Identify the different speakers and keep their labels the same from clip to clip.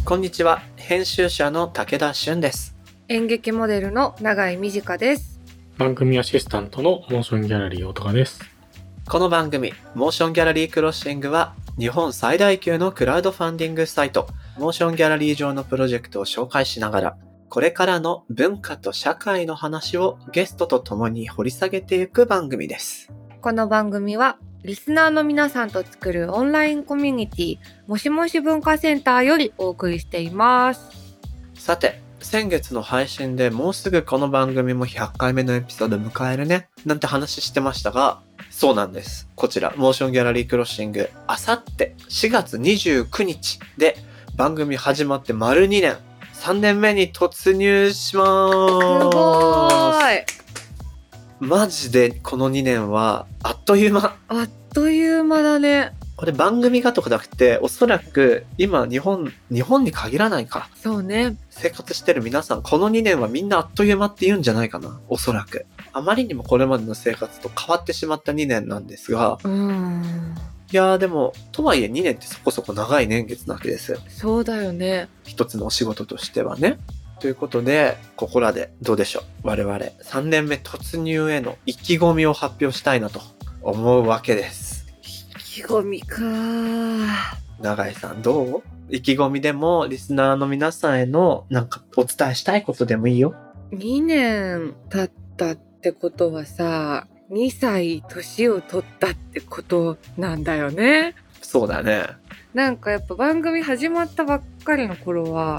Speaker 1: こんにちは、編集者の武田俊です。
Speaker 2: 演劇モデルの永井美智香です。
Speaker 3: 番組アシスタントのモーションギャラリー大高です。
Speaker 1: この番組、モーションギャラリークロッシングは、日本最大級のクラウドファンディングサイト、モーションギャラリー上のプロジェクトを紹介しながら、これからの文化と社会の話をゲストと共に掘り下げていく番組です。
Speaker 2: この番組は、リスナーの皆さんと作るオンラインコミュニティ、もしもし文化センターよりお送りしています。
Speaker 1: さて、先月の配信でもうすぐこの番組も100回目のエピソード迎えるね、なんて話してましたが、そうなんです。こちら、モーションギャラリークロッシング、あさって4月29日で番組始まって丸2年、3年目に突入しまーす。
Speaker 2: すごーい。
Speaker 1: マジでこの2年はあっという間。
Speaker 2: あっという間だね。
Speaker 1: これ番組がとかなくて、おそらく今日本に限らないか。
Speaker 2: そうね。
Speaker 1: 生活してる皆さん、この2年はみんなあっという間って言うんじゃないかな。おそらく。あまりにもこれまでの生活と変わってしまった2年なんですが。いやーでも、とはいえ2年ってそこそこ長い年月なわけです。
Speaker 2: そうだよね。
Speaker 1: 一つのお仕事としてはね。ということで、ここらでどうでしょう。我々3年目突入への意気込みを発表したいなと思うわけです。
Speaker 2: 意気込みかー。
Speaker 1: 永井さんどう？意気込みでもリスナーの皆さんへのなんかお伝えしたいことでもいいよ。
Speaker 2: 2年経ったってことはさ、2歳年を取ったってことなんだよね。
Speaker 1: そうだね。
Speaker 2: なんかやっぱ番組始まったばっかりの頃は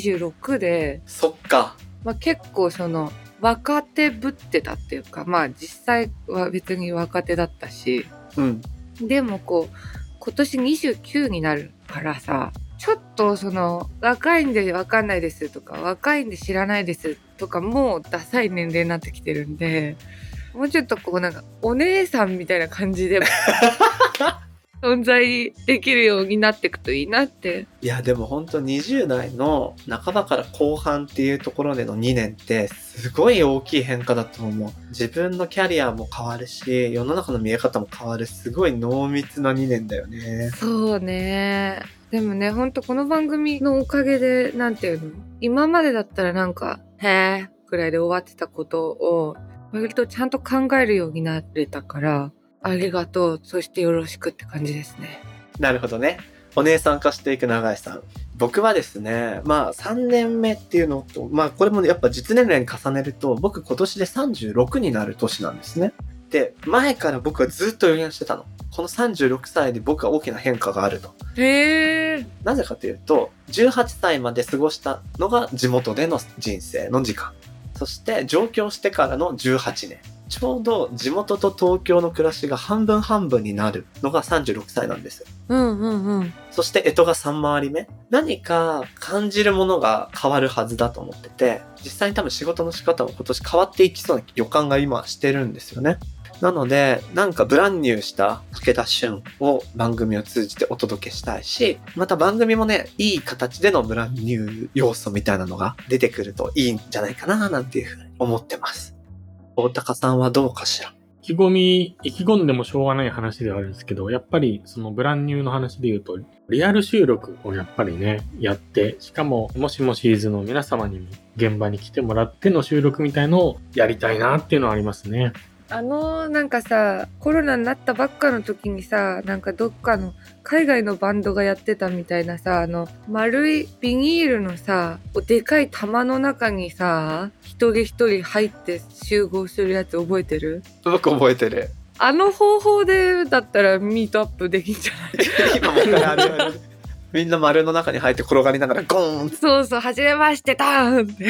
Speaker 2: 26で、
Speaker 1: そっか。
Speaker 2: 結構その若手ぶってたっていうか、実際は別に若手だったし、でも今年29になるからさ、ちょっとその若いんでわかんないですとか、若いんで知らないですとか、もうダサい年齢になってきてるんで、もうちょっとなんかお姉さんみたいな感じで存在できるようになっていくといいなって。
Speaker 1: いやでも本当20代の半ばから後半っていうところでの2年ってすごい大きい変化だと思う。自分のキャリアも変わるし、世の中の見え方も変わる、すごい濃密な2年だよね。
Speaker 2: そうね。でもね、ほんとこの番組のおかげで、なんていうの、今までだったらなんかへーくらいで終わってたことを割とちゃんと考えるようになれたから、ありがとう、そしてよろしくって感じですね。
Speaker 1: なるほどね。お姉さん化していく永井さん。僕はですね、3年目っていうのと、これもやっぱ実年齢に重ねると、僕今年で36になる年なんですね。で、前から僕はずっと予言してたの。この36歳で僕は大きな変化があると。
Speaker 2: へー。
Speaker 1: なぜかというと、18歳まで過ごしたのが地元での人生の時間。そして上京してからの18年。ちょうど地元と東京の暮らしが半分半分になるのが36歳なんです。そして干支が3回り目。何か感じるものが変わるはずだと思ってて、実際に多分仕事の仕方も今年変わっていきそうな予感が今してるんですよね。なので、なんかブランニューした武田俊を番組を通じてお届けしたいし、また番組もね、いい形でのブランニュー要素みたいなのが出てくるといいんじゃないかななんていうふうに思ってます。大高さんはどうかしら？
Speaker 3: 意気込んでもしょうがない話ではあるんですけど、やっぱりそのブランニューの話で言うと、リアル収録をやっぱりね、やって、しかも、もしもシーズの皆様にも現場に来てもらっての収録みたいのをやりたいなっていうのはありますね。
Speaker 2: なんかさ、コロナになったばっかの時にさ、なんかどっかの海外のバンドがやってたみたいなさ、丸いビニールのさ、でかい玉の中にさ、一人一人入って集合するやつ覚えてる？
Speaker 1: 僕覚えてる。
Speaker 2: あの方法でだったらミートアップできんじゃない？
Speaker 1: 今もある。みんな丸の中に入って転がりながらゴーン。
Speaker 2: そうそう、はじめましてターンって。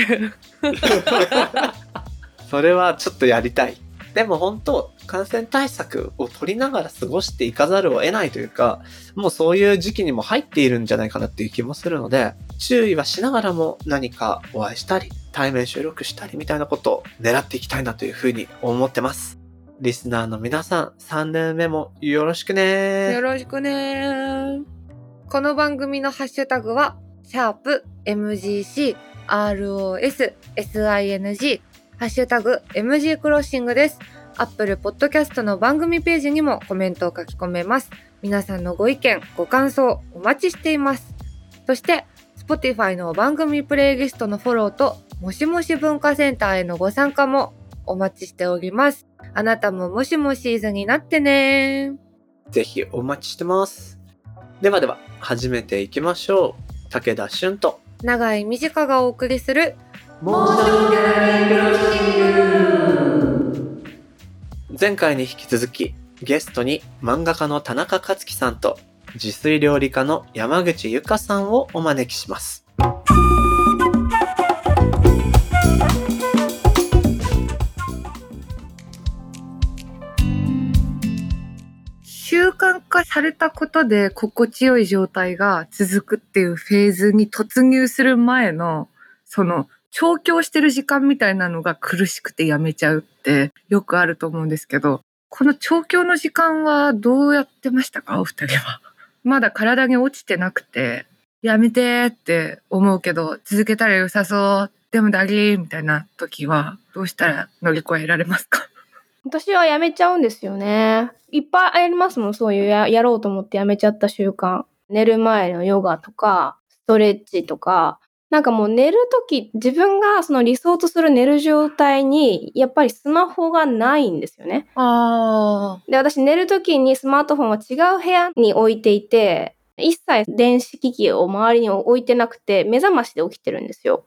Speaker 1: それはちょっとやりたい。でも本当、感染対策を取りながら過ごしていかざるを得ないというか、もうそういう時期にも入っているんじゃないかなっていう気もするので、注意はしながらも何かお会いしたり、対面収録したりみたいなことを狙っていきたいなというふうに思ってます。リスナーの皆さん、3年目もよろしくね。
Speaker 2: よろしくね。この番組のハッシュタグは、#MGC ROS SINGハッシュタグ MG クロッシングです。Apple Podcast の番組ページにもコメントを書き込めます。皆さんのご意見、ご感想お待ちしています。そして Spotify の番組プレイリストのフォローと、もしもし文化センターへのご参加もお待ちしております。あなたももしもしーずになってね。
Speaker 1: ぜひお待ちしてます。ではでは、始めていきましょう。武田俊と
Speaker 2: 永井美智香がお送りする
Speaker 1: 前回に引き続き、ゲストに漫画家の田中克樹さんと自炊料理家の山口由香さんをお招きします。
Speaker 2: 習慣化されたことで心地よい状態が続くっていうフェーズに突入する前のその調教してる時間みたいなのが苦しくてやめちゃうってよくあると思うんですけど、この調教の時間はどうやってましたか、お二人は。まだ体に落ちてなくてやめてって思うけど続けたら良さそう、でもダリーみたいな時はどうしたら乗り越えられますか？
Speaker 4: 私はやめちゃうんですよね。いっぱいありますもん、そういうやろうと思ってやめちゃった習慣。寝る前のヨガとか、ストレッチとか、なんかもう寝るとき、自分がその理想とする寝る状態に、やっぱりスマホがないんですよね。で、私寝るときにスマートフォンは違う部屋に置いていて、一切電子機器を周りに置いてなくて、目覚ましで起きてるんですよ。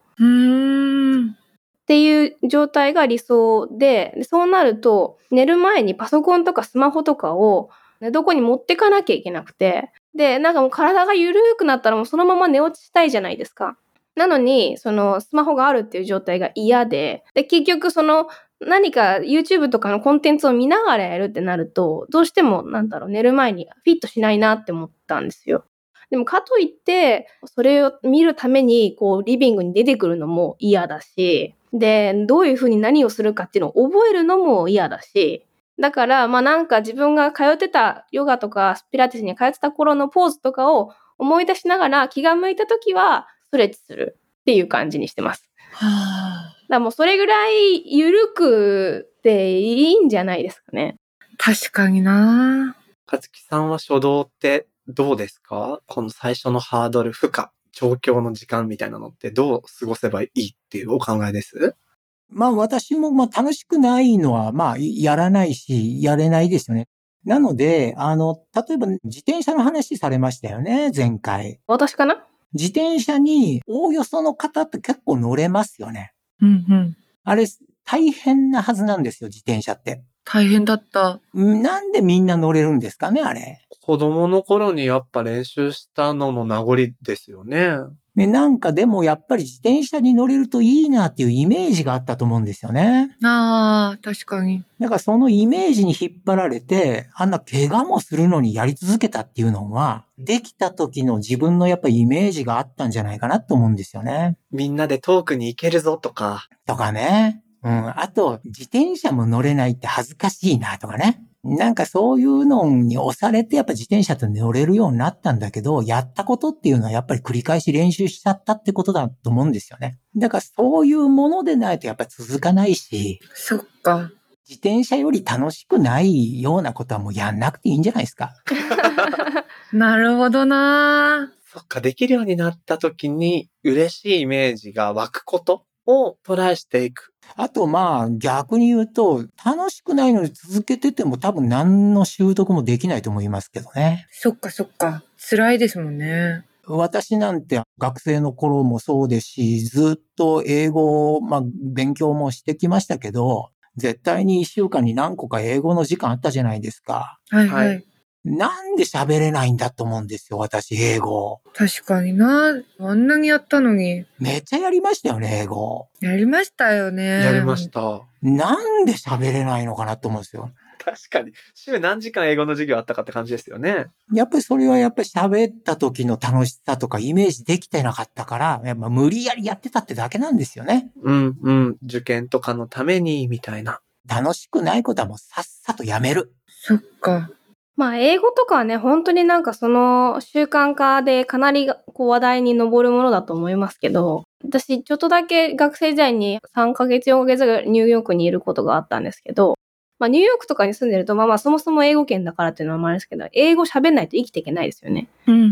Speaker 4: っていう状態が理想で、そうなると寝る前にパソコンとかスマホとかをどこに持ってかなきゃいけなくて、でなんかもう体が緩くなったらもうそのまま寝落ちしたいじゃないですか。なのにそのスマホがあるっていう状態が嫌で、結局その何か YouTube とかのコンテンツを見ながらやるってなると、どうしても寝る前にフィットしないなって思ったんですよ。でもかといってそれを見るためにこうリビングに出てくるのも嫌だし、でどういうふうに何をするかっていうのを覚えるのも嫌だし、だからなんか自分が通ってたヨガとかピラティスに通ってた頃のポーズとかを思い出しながら気が向いた時はストレッチするっていう感じにしてます。だからもうそれぐらい緩くていいんじゃないですかね。
Speaker 2: 確かにな。
Speaker 1: 勝木さんは初動ってどうですか？この最初のハードル、負荷、調教の時間みたいなのってどう過ごせばいいっていうお考えです？
Speaker 5: 私も楽しくないのはやらないし、やれないですよね。なので、例えば自転車の話されましたよね、前回。
Speaker 4: 私かな？
Speaker 5: 自転車におおよその方って結構乗れますよね。あれ、大変なはずなんですよ、自転車って。
Speaker 2: 大変だった。
Speaker 5: なんでみんな乗れるんですかね、あれ。
Speaker 1: 子供の頃にやっぱ練習したのの名残ですよね。
Speaker 5: なんかでもやっぱり自転車に乗れるといいなっていうイメージがあったと思うんですよね。
Speaker 2: 確かに。
Speaker 5: だからそのイメージに引っ張られて、あんな怪我もするのにやり続けたっていうのは、できた時の自分のやっぱイメージがあったんじゃないかなと思うんですよね。
Speaker 1: みんなで遠くに行けるぞとか。
Speaker 5: とかね。あと、自転車も乗れないって恥ずかしいなとかね。なんかそういうのに押されてやっぱ自転車って乗れるようになったんだけど、やったことっていうのはやっぱり繰り返し練習しちゃったってことだと思うんですよね。だからそういうものでないとやっぱり続かないし。
Speaker 2: そっか。
Speaker 5: 自転車より楽しくないようなことはもうやんなくていいんじゃないですか。
Speaker 2: なるほどな。
Speaker 1: そっか、できるようになった時に嬉しいイメージが湧くことをトライしていく。
Speaker 5: あと逆に言うと、楽しくないのに続けてても多分何の習得もできないと思いますけどね。
Speaker 2: そっか。辛いですもんね。
Speaker 5: 私なんて学生の頃もそうですし、ずっと英語を勉強もしてきましたけど、絶対に1週間に何個か英語の時間あったじゃないですか。
Speaker 2: はい。
Speaker 5: なんで喋れないんだと思うんですよ、私、英語。
Speaker 2: 確かにな。あんなにやったのに。
Speaker 5: めっちゃやりましたよね、英語。
Speaker 2: やりましたよね。
Speaker 1: やりました。
Speaker 5: なんで喋れないのかなと思うんですよ。
Speaker 1: 確かに。週何時間英語の授業あったかって感じですよね。
Speaker 5: やっぱりそれは喋った時の楽しさとかイメージできてなかったから、やっぱ無理やりやってたってだけなんですよね。
Speaker 1: 受験とかのために、みたいな。
Speaker 5: 楽しくないことはもうさっさとやめる。
Speaker 2: そっか。
Speaker 4: 英語とかはね、本当にその習慣化でかなり話題に上るものだと思いますけど、私ちょっとだけ学生時代に3ヶ月4ヶ月ぐらいニューヨークにいることがあったんですけど、ニューヨークとかに住んでるとそもそも英語圏だからっていうのはあるんですけど、英語喋んないと生きていけないですよね。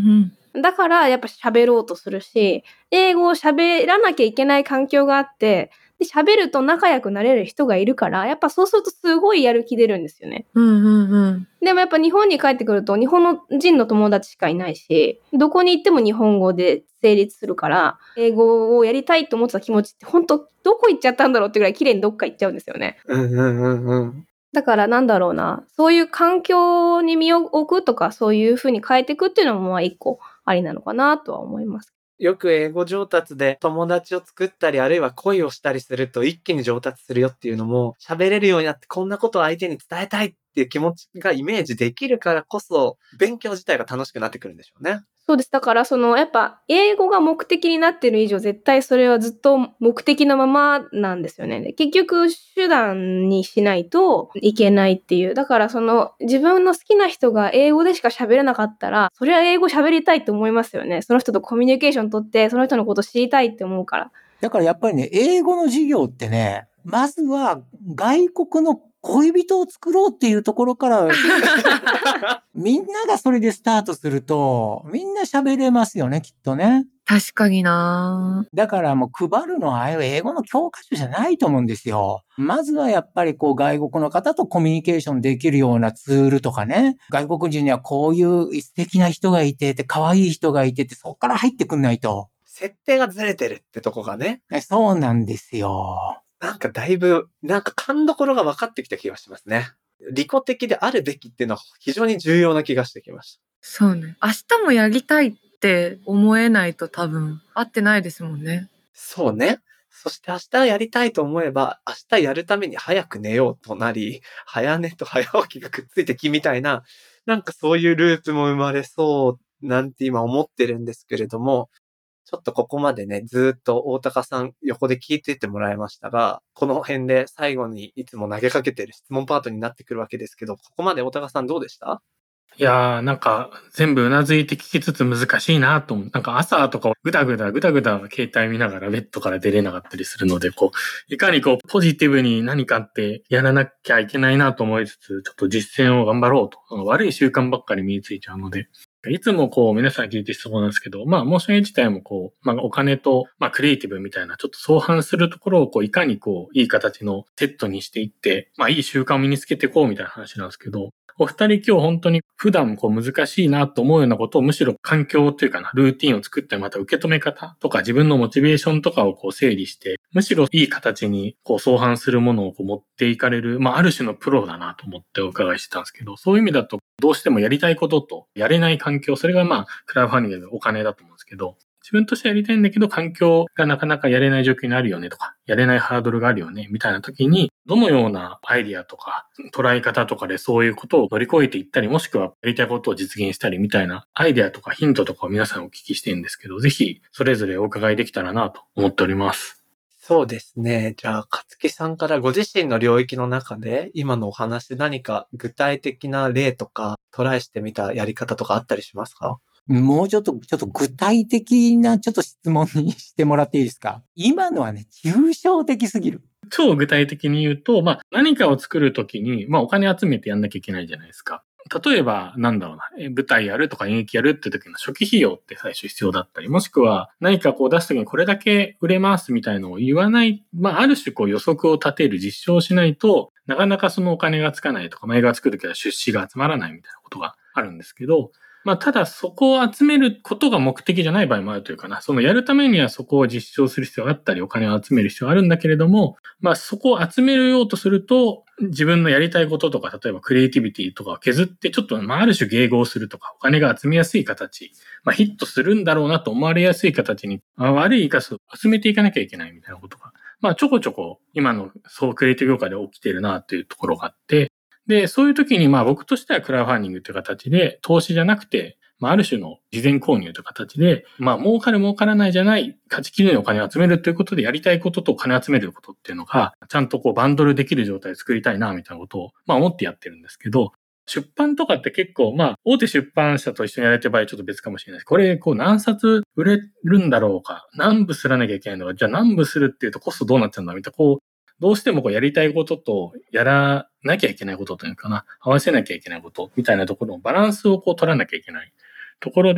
Speaker 4: だからやっぱ喋ろうとするし、英語を喋らなきゃいけない環境があって、で、喋ると仲良くなれる人がいるから、やっぱそうするとすごいやる気出るんですよね。でもやっぱ日本に帰ってくると日本人の友達しかいないし、どこに行っても日本語で成立するから、英語をやりたいと思ってた気持ちって本当どこ行っちゃったんだろうってぐらい綺麗にどっか行っちゃうんですよね。だからなんだろうな、そういう環境に身を置くとか、そういう風に変えていくっていうのも一個ありなのかなとは思います。
Speaker 1: よく英語上達で友達を作ったり、あるいは恋をしたりすると一気に上達するよっていうのも、喋れるようになってこんなことを相手に伝えたいっていう気持ちがイメージできるからこそ、勉強自体が楽しくなってくるんでしょうね。
Speaker 4: そうです。だからやっぱ英語が目的になってる以上、絶対それはずっと目的のままなんですよね。で結局手段にしないといけないっていう。だから自分の好きな人が英語でしか喋れなかったら、それは英語喋りたいって思いますよね。その人とコミュニケーション取って、その人のこと知りたいって思うから。
Speaker 5: だからやっぱりね、英語の授業ってね、まずは外国の恋人を作ろうっていうところからみんながそれでスタートすると、みんな喋れますよね、きっとね。
Speaker 2: 確かにな。
Speaker 5: だからもう配るのはああいう英語の教科書じゃないと思うんですよ。まずはやっぱり外国の方とコミュニケーションできるようなツールとかね。外国人にはこういう素敵な人がいて、可愛い人がいてって、そこから入ってくんないと。
Speaker 1: 設定がずれてるってとこがね。
Speaker 5: そうなんですよ。
Speaker 1: なんかだいぶ、勘どころが分かってきた気がしますね。利己的であるべきっていうのは非常に重要な気がしてきました。
Speaker 2: そうね。明日もやりたいって思えないと多分合ってないですもんね。
Speaker 1: そうね。そして明日やりたいと思えば、明日やるために早く寝ようとなり、早寝と早起きがくっついてきみたいな、なんかそういうループも生まれそうなんて今思ってるんですけれども、ちょっとここまでね、ずっと大高さん横で聞いてってもらいましたが、この辺で最後にいつも投げかけてる質問パートになってくるわけですけど、ここまで大高さんどうでした？
Speaker 3: いやー、全部うなずいて聞きつつ難しいなと思う。朝とかぐだぐだ携帯見ながらベッドから出れなかったりするので、いかにポジティブに何かってやらなきゃいけないなと思いつつ、ちょっと実践を頑張ろうと。悪い習慣ばっかり身についちゃうので、いつも皆さん聞いて質問なんですけど、モーションエイジ自体もお金と、クリエイティブみたいなちょっと相反するところをいかにいい形のセットにしていって、いい習慣を身につけていこうみたいな話なんですけど、お二人今日本当に普段難しいなと思うようなことをむしろ環境というかな、ルーティンを作ってまた受け止め方とか自分のモチベーションとかを整理して、むしろいい形に相反するものを持っていかれる、ある種のプロだなと思ってお伺いしてたんですけど、そういう意味だとどうしてもやりたいこととやれない環境、それがクラウドファンディングでお金だと思うんですけど、自分としてやりたいんだけど環境がなかなかやれない状況にあるよねとか、やれないハードルがあるよねみたいな時に、どのようなアイディアとか捉え方とかでそういうことを乗り越えていったり、もしくはやりたいことを実現したりみたいなアイデアとかヒントとかを皆さんお聞きしてるんですけど、ぜひそれぞれお伺いできたらなと思っております。
Speaker 1: そうですね。じゃあ、勝木さんからご自身の領域の中で、今のお話で何か具体的な例とか、トライしてみたやり方とかあったりしますか？
Speaker 5: もうちょっと具体的なちょっと質問にしてもらっていいですか？今のはね、抽象的すぎる。
Speaker 3: 超具体的に言うと、何かを作るときに、お金集めてやんなきゃいけないじゃないですか。例えば、舞台やるとか演劇やるって時の初期費用って最初必要だったり、もしくは何か出す時にこれだけ売れますみたいのを言わない、ある種予測を立てる実証をしないと、なかなかそのお金がつかないとか、映画作る時は出資が集まらないみたいなことがあるんですけど、ただそこを集めることが目的じゃない場合もあるというかな。そのやるためにはそこを実証する必要があったり、お金を集める必要があるんだけれども、そこを集めようとすると、自分のやりたいこととか、例えばクリエイティビティとかを削って、ちょっとある種迎合するとか、お金が集めやすい形、ヒットするんだろうなと思われやすい形に、悪い生かすを集めていかなきゃいけないみたいなことが、ちょこちょこ今のクリエイティブ業界で起きているなというところがあって、で、そういう時に僕としてはクラウドファンディングという形で、投資じゃなくて、ある種の事前購入という形で、儲かる儲からないじゃない価値基準にお金を集めるということで、やりたいこととお金を集めることっていうのが、ちゃんとバンドルできる状態を作りたいな、みたいなことを、思ってやってるんですけど、出版とかって結構、大手出版社と一緒にやられてる場合はちょっと別かもしれないです。これ、何冊売れるんだろうか、何部すらなきゃいけないのか、じゃあ何部するっていうとコストどうなっちゃうんだみたいな、どうしてもやりたいこととやらなきゃいけないことというかな、合わせなきゃいけないことみたいなところのバランスを取らなきゃいけないところで、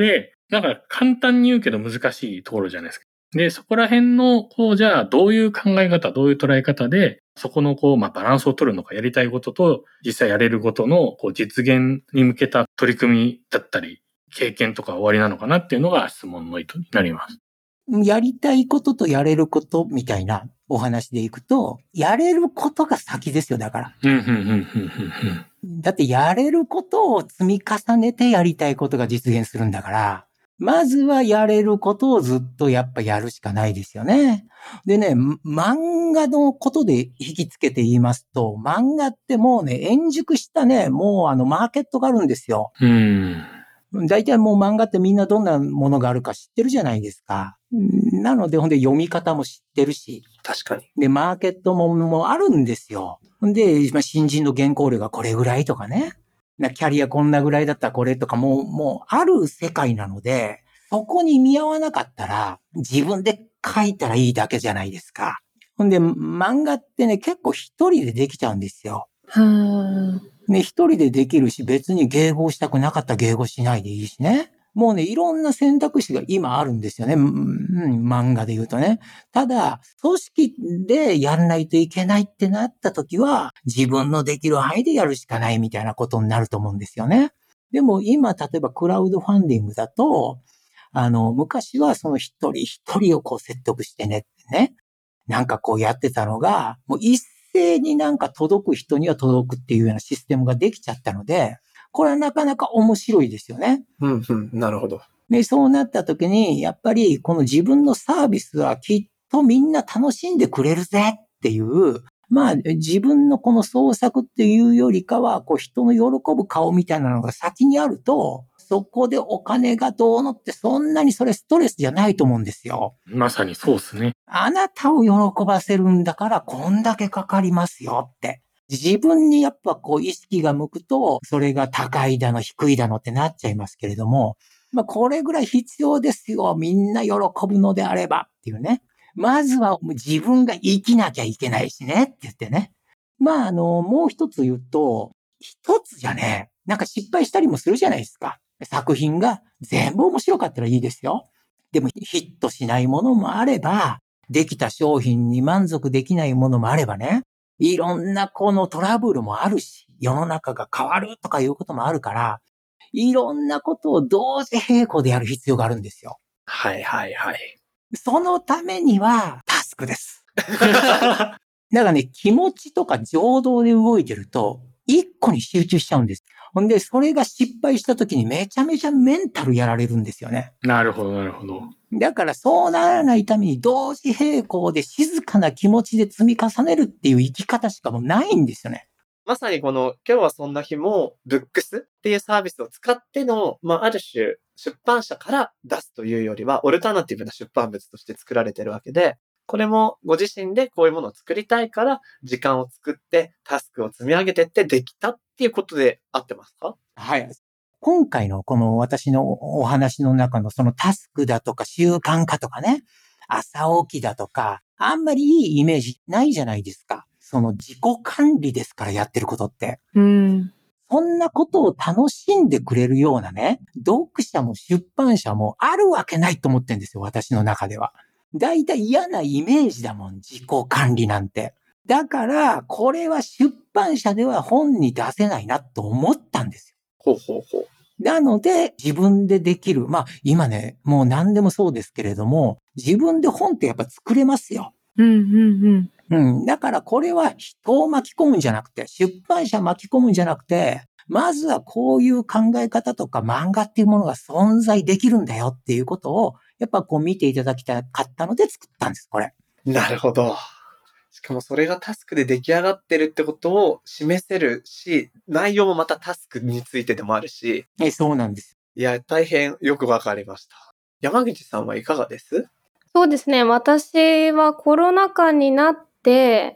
Speaker 3: なんか簡単に言うけど難しいところじゃないですか。で、そこら辺の、じゃあ、どういう考え方、どういう捉え方で、そこの、バランスを取るのか、やりたいことと、実際やれることの、実現に向けた取り組みだったり、経験とか終わりなのかなっていうのが質問の意図になります。
Speaker 5: やりたいこととやれることみたいなお話でいくと、やれることが先ですよ、だから。だってやれることを積み重ねてやりたいことが実現するんだから、まずはやれることをずっとやっぱやるしかないですよね。でね、漫画のことで引きつけて言いますと、漫画ってもうね、円熟したね、もうマーケットがあるんですよ。大体もう漫画ってみんなどんなものがあるか知ってるじゃないですか。なので、ほんで読み方も知ってるし。
Speaker 1: 確かに。
Speaker 5: で、マーケットもあるんですよ。で、新人の原稿料がこれぐらいとかね。キャリアこんなぐらいだったらこれとかもうある世界なので、そこに見合わなかったら自分で書いたらいいだけじゃないですか。ほんで、漫画ってね、結構一人でできちゃうんですよ。ね、一人でできるし、別に迎合したくなかったら迎合しないでいいしね。もうね、いろんな選択肢が今あるんですよね。漫画で言うとね。ただ、組織でやんないといけないってなった時は、自分のできる範囲でやるしかないみたいなことになると思うんですよね。でも今、例えばクラウドファンディングだと、昔はその一人一人を説得してねってね。なんかやってたのが、もう一斉になんか届く人には届くっていうようなシステムができちゃったので、これはなかなか面白いですよね。
Speaker 1: なるほど。
Speaker 5: で、そうなった時に、やっぱりこの自分のサービスはきっとみんな楽しんでくれるぜっていう、自分のこの創作っていうよりかは、人の喜ぶ顔みたいなのが先にあると、そこでお金がどうのってそんなにそれストレスじゃないと思うんですよ。
Speaker 3: まさにそうですね。
Speaker 5: あなたを喜ばせるんだからこんだけかかりますよって。自分にやっぱ意識が向くと、それが高いだの低いだのってなっちゃいますけれども、これぐらい必要ですよ。みんな喜ぶのであればっていうね。まずは自分が生きなきゃいけないしねって言ってね。もう一つ言うと、一つじゃね、なんか失敗したりもするじゃないですか。作品が全部面白かったらいいですよ。でもヒットしないものもあれば、できた商品に満足できないものもあればね、いろんなこのトラブルもあるし、世の中が変わるとかいうこともあるから、いろんなことを同時並行でやる必要があるんですよ。
Speaker 1: はい。
Speaker 5: そのためにはタスクです。だからね、気持ちとか情動で動いてると、一個に集中しちゃうんです。ほんで、それが失敗した時にめちゃめちゃメンタルやられるんですよね。
Speaker 3: なるほど。
Speaker 5: だからそうならないために同時並行で静かな気持ちで積み重ねるっていう生き方しかもうないんですよね。
Speaker 1: まさに今日はそんな日も、ブックスっていうサービスを使っての、ある種、出版社から出すというよりは、オルタナティブな出版物として作られてるわけで、これもご自身でこういうものを作りたいから、時間を作って、タスクを積み上げてってできたっていうことで合ってますか？
Speaker 5: はい。今回のこの私のお話の中のそのタスクだとか習慣化とかね、朝起きだとか、あんまりいいイメージないじゃないですか。その自己管理ですからやってることって。そんなことを楽しんでくれるようなね、読者も出版社もあるわけないと思ってるんですよ、私の中では。だいたい嫌なイメージだもん、自己管理なんて。だから、これは出版社では本に出せないなと思ったんです
Speaker 1: よ。
Speaker 5: なので、自分でできる。今ね、もう何でもそうですけれども、自分で本ってやっぱ作れますよ。だからこれは人を巻き込むんじゃなくて、出版社巻き込むんじゃなくて、まずはこういう考え方とか漫画っていうものが存在できるんだよっていうことを、やっぱ見ていただきたかったので作ったんです、これ。
Speaker 1: なるほど。しかもそれがタスクで出来上がってるってことを示せるし、内容もまたタスクについてでもあるし。
Speaker 5: そうなんです。
Speaker 1: いや、大変よくわかりました。山口さんはいかがです？
Speaker 4: そうですね。私はコロナ禍になって、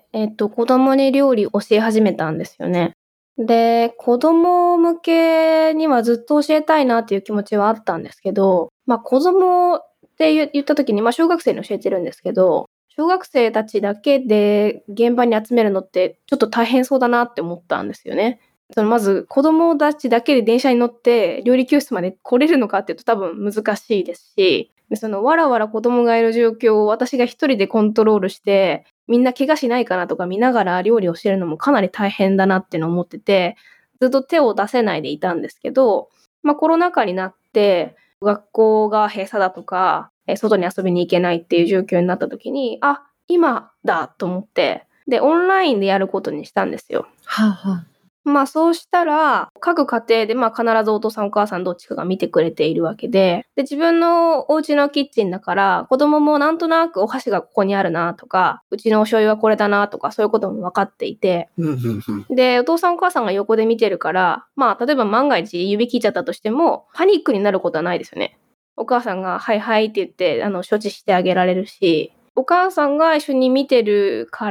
Speaker 4: 子供に料理を教え始めたんですよね。で、子供向けにはずっと教えたいなっていう気持ちはあったんですけど、子供って言った時に、小学生に教えてるんですけど、小学生たちだけで現場に集めるのってちょっと大変そうだなって思ったんですよね。 まず子供たちだけで電車に乗って料理教室まで来れるのかっていうと多分難しいですし、わらわら子供がいる状況を私が一人でコントロールして、みんな怪我しないかなとか見ながら料理をしてるのもかなり大変だなっていうのを思ってて、ずっと手を出せないでいたんですけど、コロナ禍になって、学校が閉鎖だとか、外に遊びに行けないっていう状況になった時に、今だと思って、で、オンラインでやることにしたんですよ。
Speaker 2: はあはあ。
Speaker 4: そうしたら、各家庭で必ずお父さんお母さんどっちかが見てくれているわけで、自分のお家のキッチンだから、子供もなんとなくお箸がここにあるなとか、うちのお醤油はこれだなとか、そういうことも分かっていて、で、お父さんお母さんが横で見てるから、例えば万が一指切っちゃったとしても、パニックになることはないですよね。お母さんが、はいはいって言って、処置してあげられるし、お母さんが一緒に見てるから、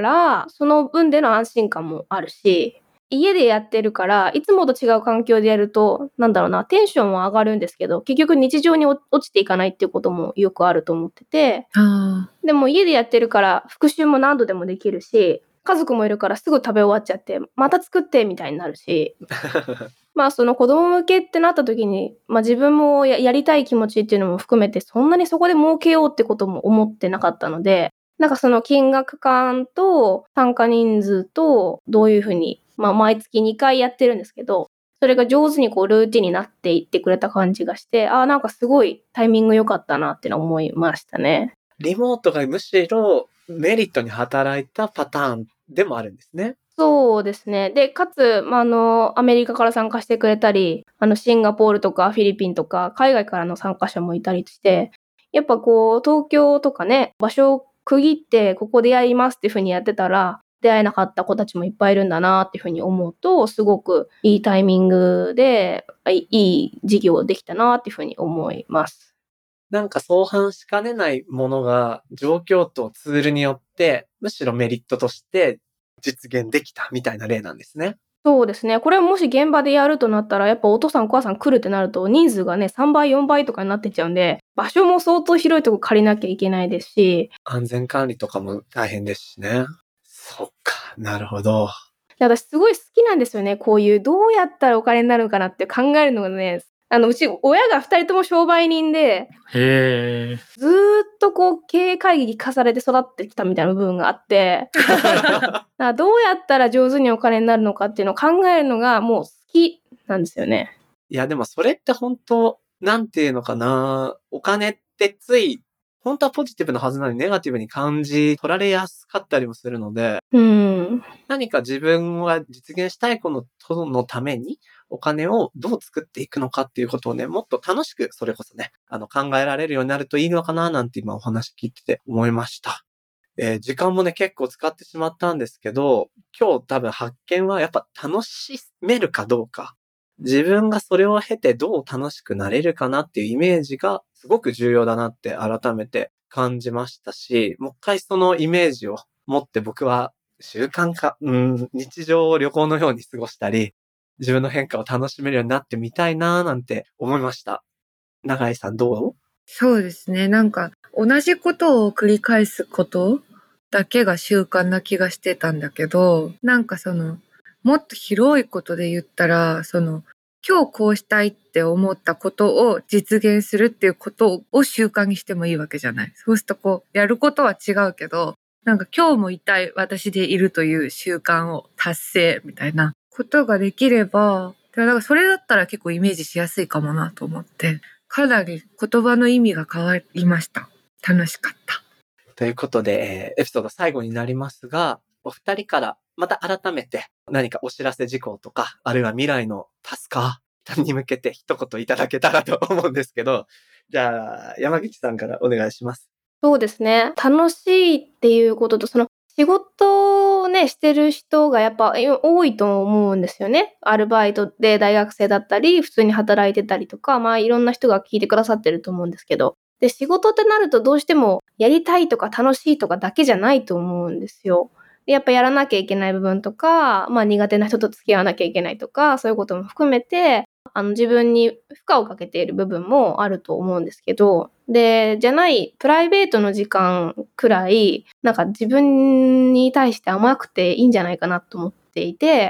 Speaker 4: その分での安心感もあるし、家でやってるから、いつもと違う環境でやると、テンションは上がるんですけど、結局日常に落ちていかないっていうこともよくあると思ってて、でも家でやってるから復習も何度でもできるし、家族もいるからすぐ食べ終わっちゃって、また作ってみたいになるし、その子供向けってなった時に、自分もやりたい気持ちっていうのも含めて、そんなにそこで儲けようってことも思ってなかったので、その金額感と参加人数とどういうふうに、毎月2回やってるんですけど、それが上手にルーティンになっていってくれた感じがして、すごいタイミング良かったなって思いましたね。
Speaker 1: リモートがむしろメリットに働いたパターンでもあるんですね。
Speaker 4: そうですね。で、かつ、アメリカから参加してくれたり、シンガポールとかフィリピンとか、海外からの参加者もいたりして、やっぱ東京とかね、場所を区切って、ここでやりますっていう風にやってたら、出会えなかった子たちもいっぱいいるんだなっていう風に思うと、すごくいいタイミングで、いい事業できたなっていう風に思います。
Speaker 1: 相反しかねないものが状況とツールによってむしろメリットとして実現できたみたいな例なんですね。
Speaker 4: そうですね。これもし現場でやるとなったら、やっぱお父さんお母さん来るってなると人数がね、3倍4倍とかになってっちゃうんで、場所も相当広いとこ借りなきゃいけないですし、
Speaker 1: 安全管理とかも大変ですしね。そっか、なるほど。
Speaker 4: 私すごい好きなんですよね。こういうどうやったらお金になるのかなって考えるのがね、うち親が2人とも商売人で、
Speaker 3: へー。
Speaker 4: ずーっと経営会議に課されて育ってきたみたいな部分があって、どうやったら上手にお金になるのかっていうのを考えるのがもう好きなんですよね。
Speaker 1: いやでもそれって本当なんていうのかな、お金ってつい本当はポジティブなはずなのにネガティブに感じ取られやすかったりもするので、何か自分が実現したいことのためにお金をどう作っていくのかっていうことをね、もっと楽しくそれこそね、考えられるようになるといいのかななんて今お話聞いてて思いました。時間もね、結構使ってしまったんですけど、今日多分発見はやっぱ楽しめるかどうか。自分がそれを経てどう楽しくなれるかなっていうイメージがすごく重要だなって改めて感じましたし、もう一回そのイメージを持って僕は習慣化、日常を旅行のように過ごしたり、自分の変化を楽しめるようになってみたいななんて思いました。永井さんどう？
Speaker 2: そうですね。同じことを繰り返すことだけが習慣な気がしてたんだけど、もっと広いことで言ったら、今日こうしたいって思ったことを実現するっていうことを習慣にしてもいいわけじゃない。そうするとやることは違うけど、今日もいたい私でいるという習慣を達成みたいなことができれば、それだったら結構イメージしやすいかもなと思って、かなり言葉の意味が変わりました。楽しかった。
Speaker 1: ということで、エピソード最後になりますが、お二人からまた改めて何かお知らせ事項とか、あるいは未来のタスカーに向けて一言いただけたらと思うんですけど、じゃあ山口さんからお願いします。
Speaker 4: そうですね。楽しいっていうことと、仕事をね、してる人がやっぱ多いと思うんですよね。アルバイトで大学生だったり、普通に働いてたりとか、いろんな人が聞いてくださってると思うんですけど。で、仕事ってなるとどうしてもやりたいとか楽しいとかだけじゃないと思うんですよ。でやっぱやらなきゃいけない部分とか、苦手な人と付き合わなきゃいけないとか、そういうことも含めて、自分に負荷をかけている部分もあると思うんですけど、で、じゃないプライベートの時間くらい、自分に対して甘くていいんじゃないかなと思っていて、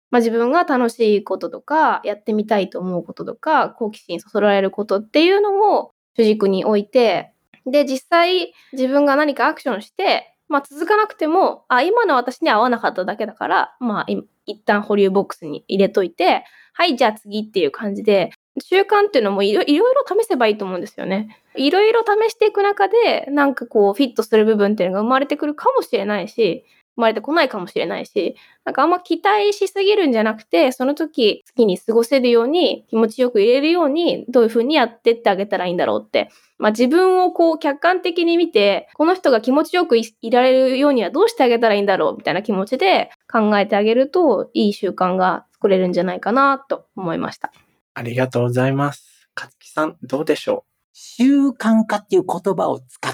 Speaker 4: 自分が楽しいこととか、やってみたいと思うこととか、好奇心そそられることっていうのを主軸に置いて、で、実際自分が何かアクションして、続かなくても、今の私に合わなかっただけだから、一旦保留ボックスに入れといて、はい、じゃあ次っていう感じで、習慣っていうのもいろいろ試せばいいと思うんですよね。いろいろ試していく中で、フィットする部分っていうのが生まれてくるかもしれないし、生まれてこないかもしれないし、あんま期待しすぎるんじゃなくて、その時好きに過ごせるように、気持ちよく入れるように、どういう風にやってってあげたらいいんだろうって。自分を客観的に見て、この人が気持ちよくいられるようにはどうしてあげたらいいんだろうみたいな気持ちで考えてあげると、いい習慣が作れるんじゃないかなと思いました。
Speaker 1: ありがとうございます。かつきさん、どうでしょう？
Speaker 5: 習慣化っていう言葉を使って、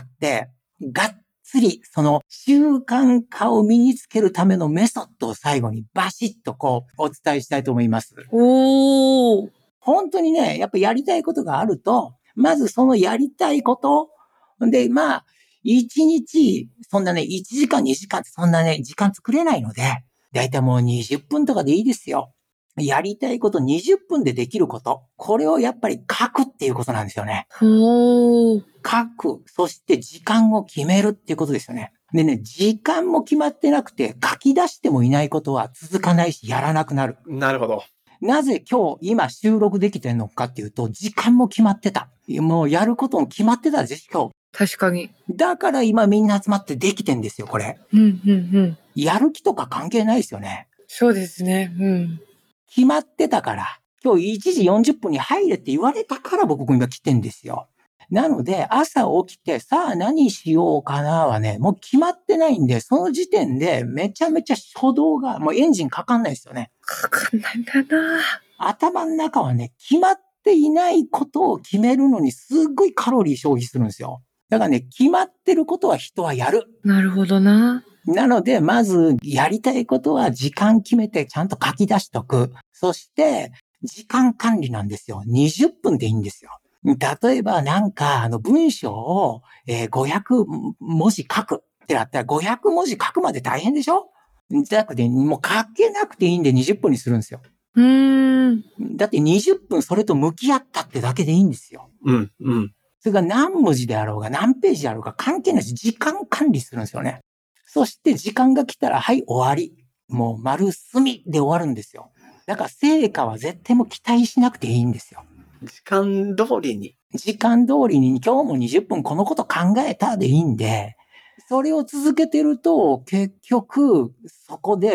Speaker 5: がっつりその習慣化を身につけるためのメソッドを最後にバシッとお伝えしたいと思います。
Speaker 2: おー。
Speaker 5: 本当にね、やっぱやりたいことがあると、まずそのやりたいことで、1日、そんなね、1時間2時間ってそんなね、時間作れないので、だいたいもう20分とかでいいですよ。やりたいこと20分でできること。これをやっぱり書くっていうことなんですよね。
Speaker 2: ほー。
Speaker 5: 書く。そして時間を決めるっていうことですよね。でね、時間も決まってなくて書き出してもいないことは続かないしやらなくなる。
Speaker 1: なるほど。
Speaker 5: なぜ今収録できてんのかっていうと、時間も決まってた。もうやることも決まってたでしょ。
Speaker 2: 確かに。
Speaker 5: だから今みんな集まってできてんですよ、これ。やる気とか関係ないですよね。
Speaker 2: そうですね。
Speaker 5: 決まってたから、今日1時40分に入れって言われたから僕今来てんですよ。なので、朝起きて、さあ何しようかなはね、もう決まってないんで、その時点でめちゃめちゃ初動が、もうエンジンかかんないですよね。
Speaker 2: かかんないんだな。
Speaker 5: 頭の中はね、決まっていないことを決めるのにすっごいカロリー消費するんですよ。だからね、決まってることは人はやる。
Speaker 2: なるほどな。
Speaker 5: なので、まず、やりたいことは時間決めてちゃんと書き出しとく。そして、時間管理なんですよ。20分でいいんですよ。例えば、文章を、500文字書くってなったら、500文字書くまで大変でしょ？じゃなくて、もう書けなくていいんで20分にするんですよ。だって20分それと向き合ったってだけでいいんですよ。それが何文字であろうが何ページであろうが関係ないし、時間管理するんですよね。そして時間が来たら、はい、終わり。もう丸隅で終わるんですよ。だから成果は絶対も期待しなくていいんですよ。
Speaker 1: 時間通りに
Speaker 5: 今日も20分このこと考えたでいいんで、それを続けてると、結局、そこで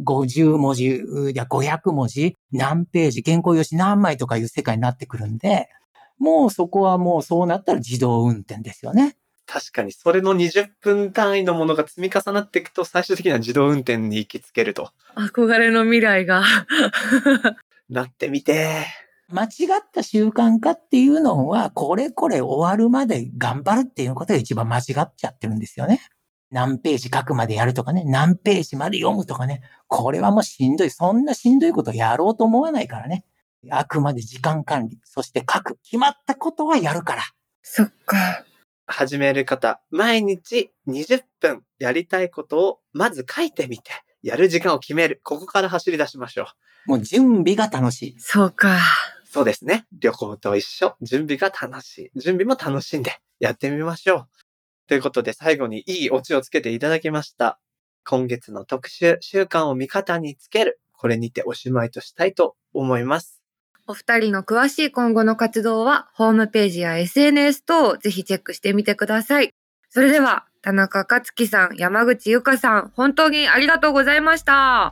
Speaker 5: 50文字、500文字、何ページ、原稿用紙何枚とかいう世界になってくるんで、もうそこはもうそうなったら自動運転ですよね。
Speaker 1: 確かに、それの20分単位のものが積み重なっていくと、最終的には自動運転に行きつけると。
Speaker 2: 憧れの未来が。
Speaker 1: なってみて。
Speaker 5: 間違った習慣化っていうのは、これ終わるまで頑張るっていうことが一番間違っちゃってるんですよね。何ページ書くまでやるとかね、何ページまで読むとかね。これはもうしんどい。そんなしんどいことやろうと思わないからね。あくまで時間管理、そして書く。決まったことはやるから。
Speaker 2: そっか。
Speaker 1: 始める方、毎日20分やりたいことをまず書いてみて、やる時間を決める。ここから走り出しましょ
Speaker 5: う。もう準備が楽しい。
Speaker 2: そうか。
Speaker 1: そうですね。旅行と一緒。準備が楽しい。準備も楽しんでやってみましょう。ということで最後にいいオチをつけていただきました。今月の特集、習慣を味方につける。これにておしまいとしたいと思います。
Speaker 2: お二人の詳しい今後の活動はホームページや SNS 等をぜひチェックしてみてください。それでは田中克樹さん、山口由香さん、本当にありがとうございました。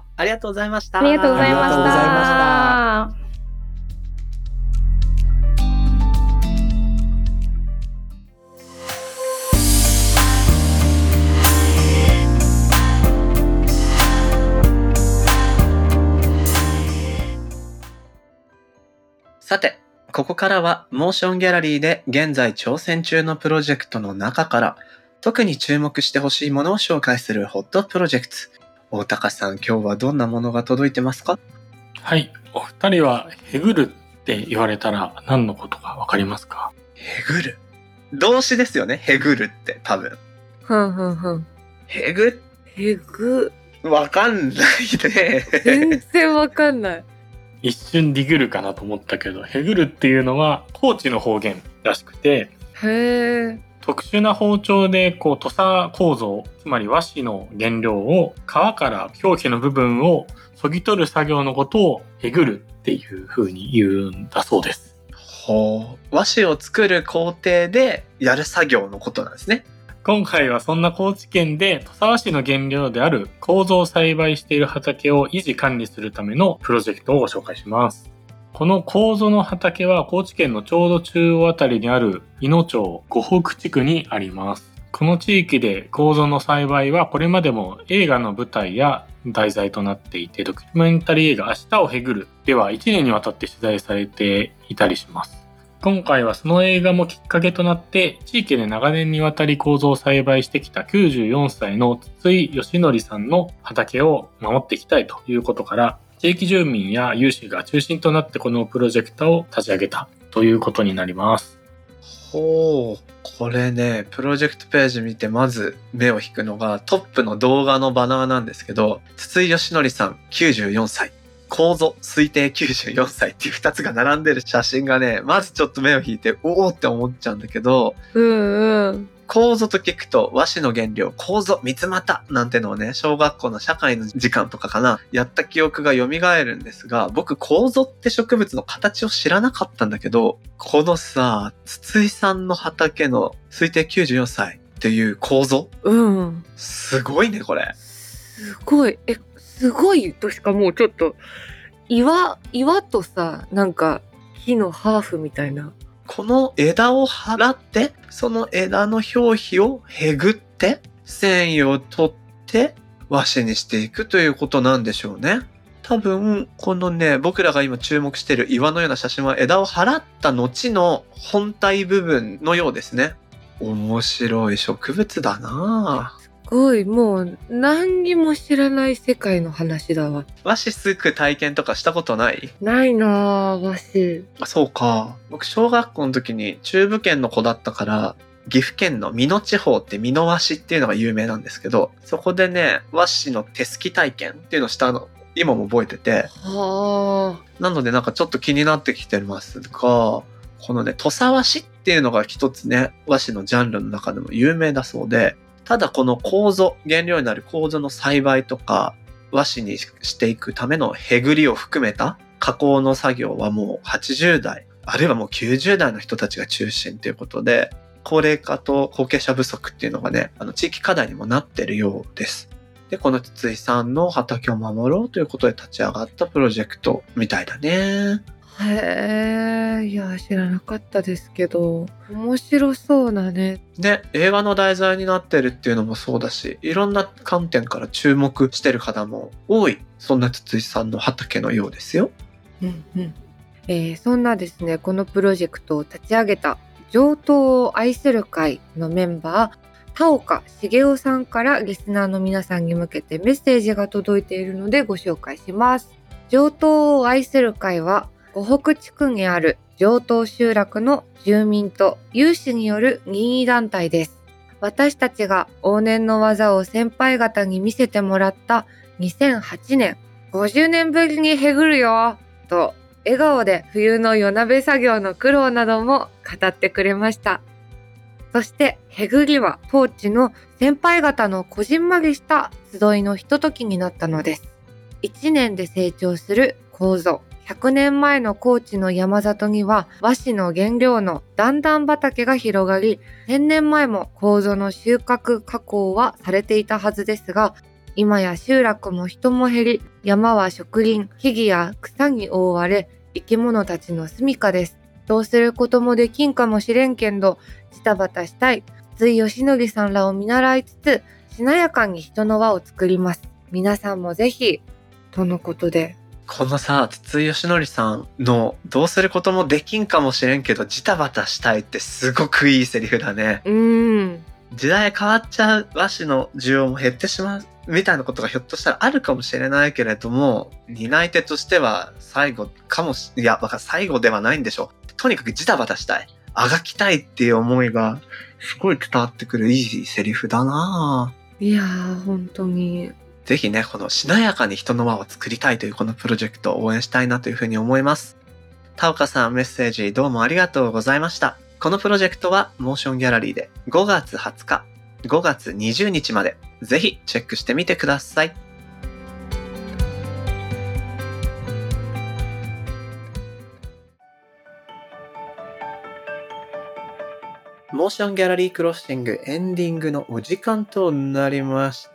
Speaker 1: ありがとうございました。
Speaker 4: ありがとうございました。
Speaker 1: さて、ここからはモーションギャラリーで現在挑戦中のプロジェクトの中から特に注目してほしいものを紹介するホットプロジェクト。大高さん、今日はどんなものが届いてますか？
Speaker 3: はい。お二人はヘグるって言われたら何のことかわかりますか？
Speaker 1: ヘグる。動詞ですよね。ヘグるって多分。
Speaker 2: ふん。
Speaker 1: ヘグ。 わかんないね。
Speaker 2: 全然わかんない。
Speaker 3: 一瞬ディグルかなと思ったけど、ヘグルっていうのは高知の方言らしくて、
Speaker 2: へー。
Speaker 3: 特殊な包丁で土佐構造、つまり和紙の原料を皮から表皮の部分を削ぎ取る作業のことをヘグルっていう風に言うんだそうです。
Speaker 1: ほう。和紙を作る工程でやる作業のことなんですね。
Speaker 3: 今回はそんな高知県で土佐和紙の原料である楮を栽培している畑を維持管理するためのプロジェクトをご紹介します。この楮の畑は高知県のちょうど中央あたりにあるいの町五北地区にあります。この地域で楮の栽培はこれまでも映画の舞台や題材となっていて、ドキュメンタリー映画明日をへぐるでは1年にわたって取材されていたりします。今回はその映画もきっかけとなって地域で長年にわたり楮を栽培してきた94歳の筒井義則さんの畑を守っていきたいということから、地域住民や有志が中心となってこのプロジェクトを立ち上げたということになります。
Speaker 1: ほう。これね、プロジェクトページ見てまず目を引くのがトップの動画のバナーなんですけど、筒井義則さん94歳。楮推定94歳っていう2つが並んでる写真がね、まずちょっと目を引いて、おおって思っちゃうんだけど、楮と聞くと和紙の原料、楮、三つ股なんてのをね、小学校の社会の時間とかかな、やった記憶が蘇るんですが、僕楮って植物の形を知らなかったんだけど、このさ、筒井さんの畑の推定94歳っていう楮、すごいね、これ。
Speaker 2: すごい。すごいとしかもうちょっと岩とさ、なんか木のハーフみたいな。
Speaker 1: この枝を払って、その枝の表皮をへぐって、繊維を取って和紙にしていくということなんでしょうね。多分、このね、僕らが今注目している岩のような写真は枝を払った後の本体部分のようですね。面白い植物だなぁ。
Speaker 2: すごい、もう何にも知らない世界の話だわ。
Speaker 1: 和紙すく体験とかしたことない？
Speaker 2: ないなぁ、和紙。
Speaker 1: そうか。僕小学校の時に中部圏の子だったから、岐阜県の美濃地方って美濃和紙っていうのが有名なんですけど、そこでね、和紙の手すき体験っていうのをしたの、今も覚えてて。なのでなんかちょっと気になってきてますが、このね、土佐和紙っていうのが一つね、和紙のジャンルの中でも有名だそうで、ただこの楮、原料になる楮の栽培とか和紙にしていくためのへぐりを含めた加工の作業はもう80代、あるいはもう90代の人たちが中心ということで、高齢化と後継者不足っていうのがね、地域課題にもなってるようです。で、この筒井さんの畑を守ろうということで立ち上がったプロジェクトみたいだね。
Speaker 2: へえ、いや知らなかったですけど、面白そうだね。
Speaker 1: で、映画の題材になってるっていうのもそうだし、いろんな観点から注目してる方も多い、そんな筒井さんの畑のようですよ。
Speaker 2: そんなですね、このプロジェクトを立ち上げた上東を愛する会のメンバー、田岡茂雄さんからリスナーの皆さんに向けてメッセージが届いているのでご紹介します。上東を愛する会は五北地区にある上東集落の住民と有志による任意団体です。私たちが往年の技を先輩方に見せてもらった2008年、50年ぶりにへぐるよと笑顔で冬の夜鍋作業の苦労なども語ってくれました。そしてへぐりは当地の先輩方のこじんまりした集いのひとときになったのです。1年で成長する楮。100年前の高知の山里には和紙の原料の段々畑が広がり、1000年前も楮の収穫加工はされていたはずですが、今や集落も人も減り、山は植林、木々や草に覆われ、生き物たちの住処です。どうすることもできんかもしれんけんど、ジタバタしたい筒井義則さんらを見習いつつ、しなやかに人の輪を作ります。皆さんもぜひ、とのことで。
Speaker 1: このさ、筒井義則さんのどうすることもできんかもしれんけどジタバタしたいってすごくいいセリフだね。時代変わっちゃう、和紙の需要も減ってしまうみたいなことがひょっとしたらあるかもしれないけれども、担い手としては最後かもし、いや、最後ではないんでしょう。とにかくジタバタしたい、あがきたいっていう思いがすごい伝わってくるいいセリフだなぁ。
Speaker 2: いやー、本当に。
Speaker 1: ぜひね、このしなやかに人の輪を作りたいというこのプロジェクトを応援したいなというふうに思います。田岡さん、メッセージどうもありがとうございました。このプロジェクトはモーションギャラリーで5月20日、5月20日までぜひチェックしてみてください。モーションギャラリークロッシングエンディングのお時間となりました。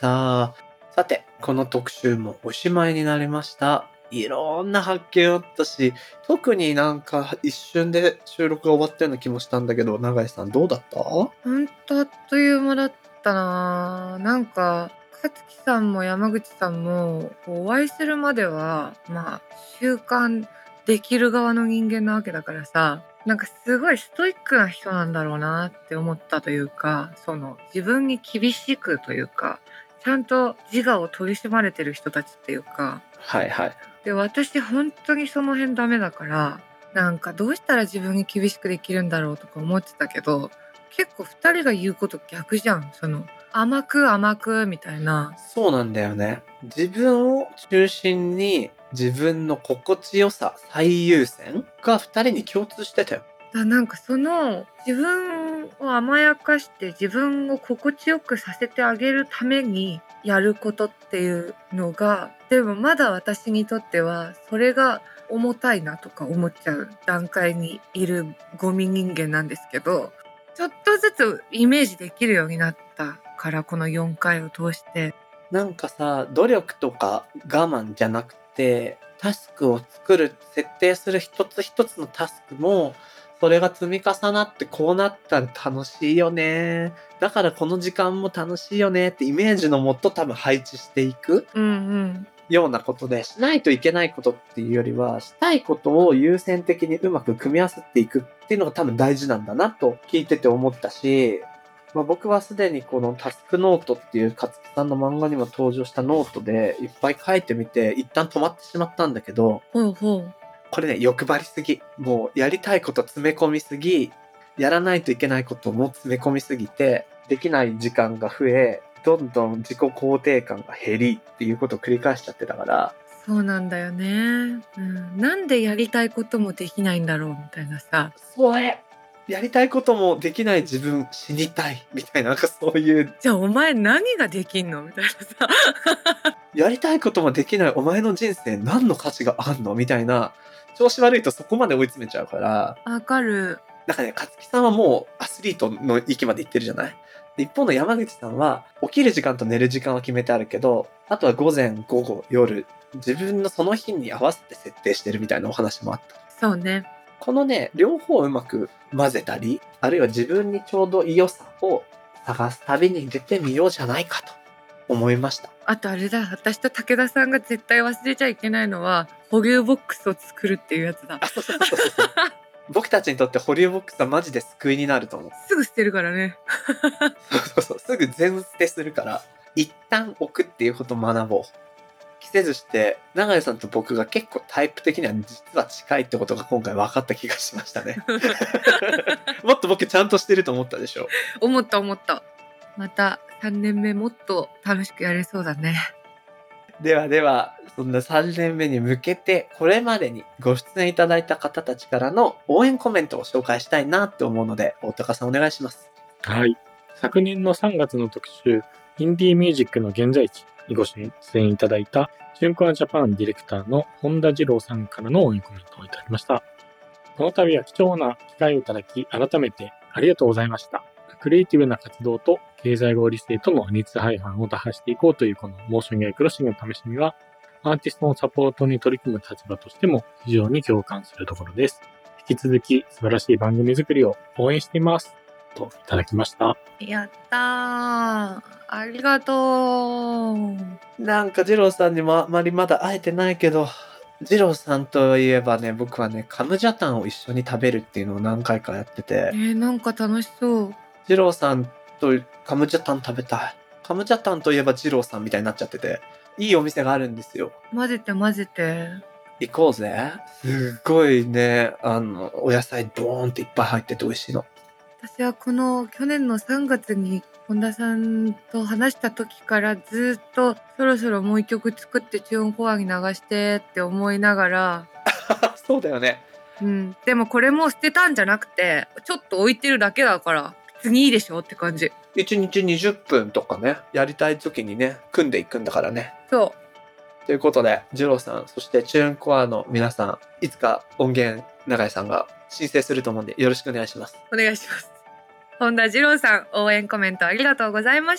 Speaker 1: さて、この特集もおしまいになりました。いろんな発見あったし、特になんか一瞬で収録が終わったような気もしたんだけど、永井さんどうだった？
Speaker 2: ほんとあっという間だったな。なんか、勝木さんも山口さんもお会いするまでは、習慣できる側の人間なわけだからさ、なんかすごいストイックな人なんだろうなって思ったというか、その自分に厳しくというか、ちゃんと自我を取り締まれてる人たちっていうか。
Speaker 1: はいはい。
Speaker 2: で、私本当にその辺ダメだから、なんかどうしたら自分に厳しくできるんだろうとか思ってたけど、結構2人が言うこと逆じゃん。その甘くみたいな。
Speaker 1: そうなんだよね。自分を中心に自分の心地よさ最優先が2人に共通してたよ。
Speaker 2: なんかその自分を甘やかして自分を心地よくさせてあげるためにやることっていうのが、でもまだ私にとってはそれが重たいなとか思っちゃう段階にいるゴミ人間なんですけど、ちょっとずつイメージできるようになったから、この4回を通して。
Speaker 1: なんかさ、努力とか我慢じゃなくて、タスクを作る、設定する一つ一つのタスクも、それが積み重なってこうなったら楽しいよね。だからこの時間も楽しいよねってイメージのもと多分配置していくようなことで、しないといけないことっていうよりは、したいことを優先的にうまく組み合わせていくっていうのが多分大事なんだなと聞いてて思ったし、僕はすでにこのタスクノートっていう勝木さんの漫画にも登場したノートでいっぱい書いてみて一旦止まってしまったんだけど、これね、欲張りすぎ。もうやりたいこと詰め込みすぎ、やらないといけないことも詰め込みすぎて、できない時間が増え、どんどん自己肯定感が減りっていうことを繰り返しちゃってたから。
Speaker 2: そうなんだよね。なんでやりたいこともできないんだろうみたいなさ。
Speaker 1: それやりたいこともできない自分死にたいみたいな、なんかそういう。
Speaker 2: じゃあお前何ができんのみたいなさ。
Speaker 1: やりたいこともできないお前の人生何の価値があんのみたいな。調子悪いとそこまで追い詰めちゃうから。
Speaker 2: わかる。
Speaker 1: なんかね、勝木さんはもうアスリートの域まで行ってるじゃない？一方の山口さんは起きる時間と寝る時間は決めてあるけど、あとは午前、午後、夜、自分のその日に合わせて設定してるみたいなお話もあった。
Speaker 2: そうね。
Speaker 1: このね、両方うまく混ぜたり、あるいは自分にちょうど良さを探す旅に出てみようじゃないかと思いました。
Speaker 2: あとあれだ、私と武田さんが絶対忘れちゃいけないのは保留ボックスを作るっていうやつだ。
Speaker 1: そう僕たちにとって保留ボックスはマジで救いになると思う。
Speaker 2: すぐ捨てるからね。
Speaker 1: そうすぐ全捨てするから、一旦置くっていうことを学ぼう。着せずして、永井さんと僕が結構タイプ的には実は近いってことが今回分かった気がしましたね。もっと僕ちゃんとしてると思ったでしょ。
Speaker 2: 思った。また3年目もっと楽しくやれそうだね。
Speaker 1: では、そんな3年目に向けて、これまでにご出演いただいた方たちからの応援コメントを紹介したいなって思うので、大高さんお願いします。
Speaker 3: はい。昨年の3月の特集、インディーミュージックの現在地にご出演いただいた、チュンクアジャパンディレクターの本田二郎さんからの応援コメントをいただきました。この度は貴重な機会をいただき、改めてありがとうございました。クリエイティブな活動と経済合理性との二律背反を打破していこうというこのモーションギャラリークロッシングの試しみは、アーティストのサポートに取り組む立場としても非常に共感するところです。引き続き素晴らしい番組作りを応援しています。といただきました。
Speaker 2: やったー。ありがとう。
Speaker 1: なんか二郎さんにもあまりまだ会えてないけど、二郎さんといえばね、僕はね、カムジャタンを一緒に食べるっていうのを何回かやってて。
Speaker 2: なんか楽しそう。
Speaker 1: 二郎さんとカムジャタン食べたい。カムジャタンといえば二郎さんみたいになっちゃってて、いいお店があるんですよ。
Speaker 2: 混ぜて。
Speaker 1: 行こうぜ。すっごいね、お野菜ドーンっていっぱい入ってて美味しいの。
Speaker 2: 私はこの去年の3月に本田さんと話した時からずっとそろそろもう一曲作ってチューンコアに流してって思いながら
Speaker 1: そうだよね。
Speaker 2: でもこれも捨てたんじゃなくてちょっと置いてるだけだから次いいでしょって感じ。
Speaker 1: 1日20分とかね、やりたい時にね、組んでいくんだからね。
Speaker 2: そう
Speaker 1: ということで、ジローさん、そしてチューンコアの皆さん、いつか音源、永井さんが申請すると思うんで、よろしくお願いします。
Speaker 2: お願いします。本田二郎さん、応援コメントありがとうございました。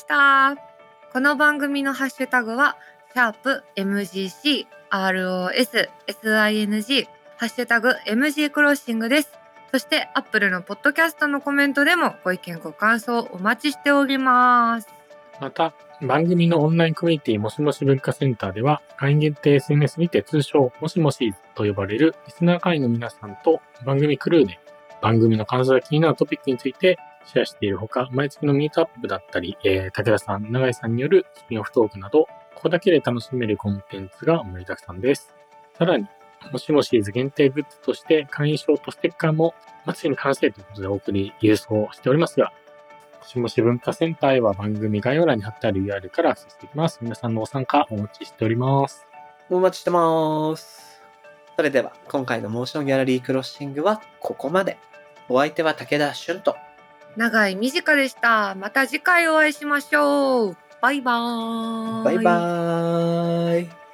Speaker 2: この番組のハッシュタグは、#MGC ROS SING、ハッシュタグ MG クロッシングです。そして、Apple のポッドキャストのコメントでもご意見ご感想お待ちしております。
Speaker 3: また、番組のオンラインコミュニティもしもし文化センターでは、会員限定 SNS にて通称もしもしと呼ばれるリスナー会員の皆さんと番組クルーで番組の感想や気になるトピックについてシェアしているほか、毎月のミートアップだったり、武田さん、永井さんによるスピンオフトークなど、ここだけで楽しめるコンテンツが盛りだくさんです。さらに、もしもしーず限定グッズとして会員証とステッカーも末期に完成ということでお送り郵送しておりますが、もしもし文化センターへは番組概要欄に貼ってある URL からアクセスできます。皆さんのご参加お待ちしております。
Speaker 1: お待ちしてます。それでは今回のモーションギャラリークロッシングはここまで。お相手は武田俊と
Speaker 2: 永井美智香でした。また次回お会いしましょう。バイバーイ。
Speaker 1: バイバーイ。